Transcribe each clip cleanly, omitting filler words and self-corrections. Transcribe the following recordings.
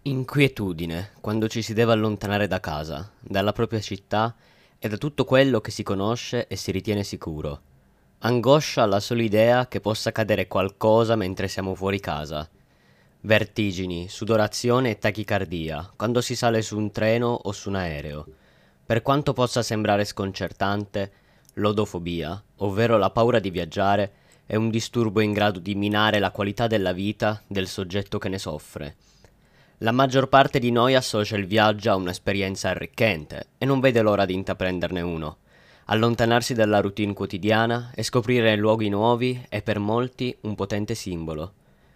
Inquietudine, quando ci si deve allontanare da casa, dalla propria città e da tutto quello che si conosce e si ritiene sicuro. Angoscia alla sola idea che possa accadere qualcosa mentre siamo fuori casa. Vertigini, sudorazione e tachicardia quando si sale su un treno o su un aereo. Per quanto possa sembrare sconcertante, l'odofobia, ovvero la paura di viaggiare, è un disturbo in grado di minare la qualità della vita del soggetto che ne soffre. La maggior parte di noi associa il viaggio a un'esperienza arricchente e non vede l'ora di intraprenderne uno. Allontanarsi dalla routine quotidiana e scoprire luoghi nuovi è per molti un potente simbolo.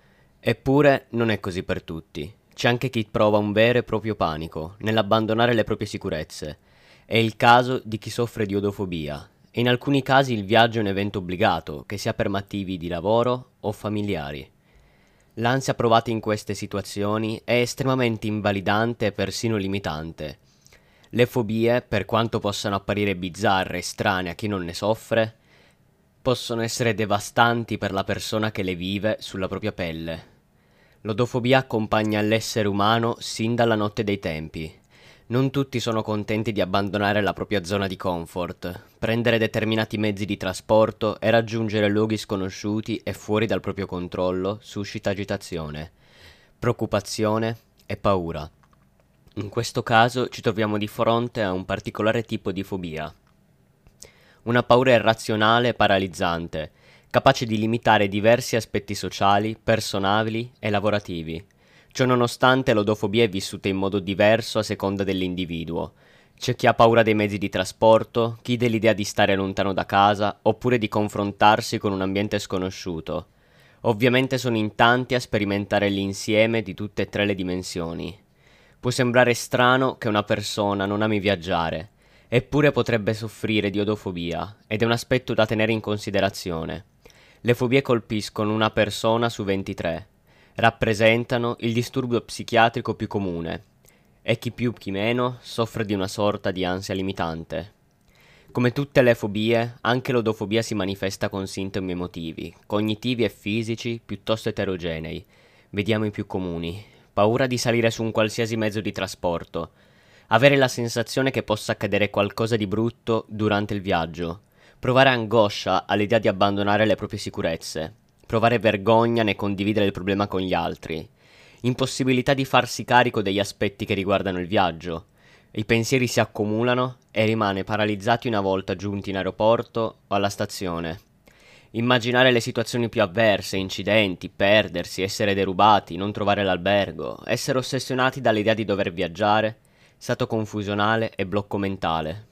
Eppure non è così per tutti. C'è anche chi prova un vero e proprio panico nell'abbandonare le proprie sicurezze. È il caso di chi soffre di odofobia. E in alcuni casi il viaggio è un evento obbligato, che sia per motivi di lavoro o familiari. L'ansia provata in queste situazioni è estremamente invalidante e persino limitante. Le fobie, per quanto possano apparire bizzarre e strane a chi non ne soffre, possono essere devastanti per la persona che le vive sulla propria pelle. L'odofobia accompagna l'essere umano sin dalla notte dei tempi. Non tutti sono contenti di abbandonare la propria zona di comfort, prendere determinati mezzi di trasporto e raggiungere luoghi sconosciuti e fuori dal proprio controllo suscita agitazione, preoccupazione e paura. In questo caso ci troviamo di fronte a un particolare tipo di fobia. Una paura irrazionale e paralizzante, capace di limitare diversi aspetti sociali, personali e lavorativi. Ciononostante l'odofobia è vissuta in modo diverso a seconda dell'individuo. C'è chi ha paura dei mezzi di trasporto, chi dell'idea di stare lontano da casa, oppure di confrontarsi con un ambiente sconosciuto. Ovviamente sono in tanti a sperimentare l'insieme di tutte e tre le dimensioni. Può sembrare strano che una persona non ami viaggiare, eppure potrebbe soffrire di odofobia, ed è un aspetto da tenere in considerazione. Le fobie colpiscono una persona su 23, rappresentano il disturbo psichiatrico più comune, e chi più chi meno soffre di una sorta di ansia limitante. Come tutte le fobie, anche l'odofobia si manifesta con sintomi emotivi, cognitivi e fisici piuttosto eterogenei. Vediamo i più comuni. Paura di salire su un qualsiasi mezzo di trasporto. Avere la sensazione che possa accadere qualcosa di brutto durante il viaggio. Provare angoscia all'idea di abbandonare le proprie sicurezze. Provare vergogna nel condividere il problema con gli altri. Impossibilità di farsi carico degli aspetti che riguardano il viaggio. I pensieri si accumulano e rimane paralizzati una volta giunti in aeroporto o alla stazione. Immaginare le situazioni più avverse, incidenti, perdersi, essere derubati, non trovare l'albergo, essere ossessionati dall'idea di dover viaggiare, stato confusionale e blocco mentale.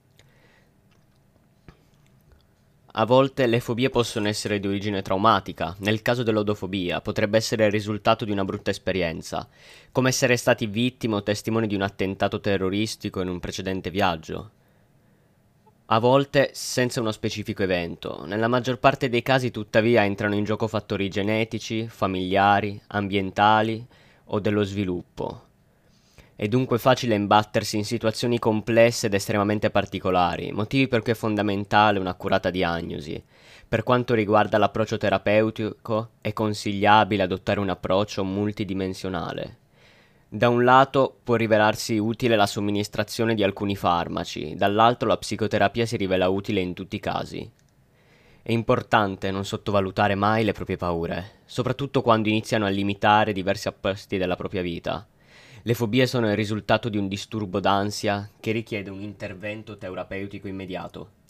A volte le fobie possono essere di origine traumatica. Nel caso dell'odofobia potrebbe essere il risultato di una brutta esperienza, come essere stati vittime o testimoni di un attentato terroristico in un precedente viaggio. A volte senza uno specifico evento. Nella maggior parte dei casi tuttavia entrano in gioco fattori genetici, familiari, ambientali o dello sviluppo. È dunque facile imbattersi in situazioni complesse ed estremamente particolari, motivi per cui è fondamentale un'accurata diagnosi. Per quanto riguarda l'approccio terapeutico, è consigliabile adottare un approccio multidimensionale. Da un lato può rivelarsi utile la somministrazione di alcuni farmaci, dall'altro la psicoterapia si rivela utile in tutti i casi. È importante non sottovalutare mai le proprie paure, soprattutto quando iniziano a limitare diversi aspetti della propria vita. Le fobie sono il risultato di un disturbo d'ansia che richiede un intervento terapeutico immediato.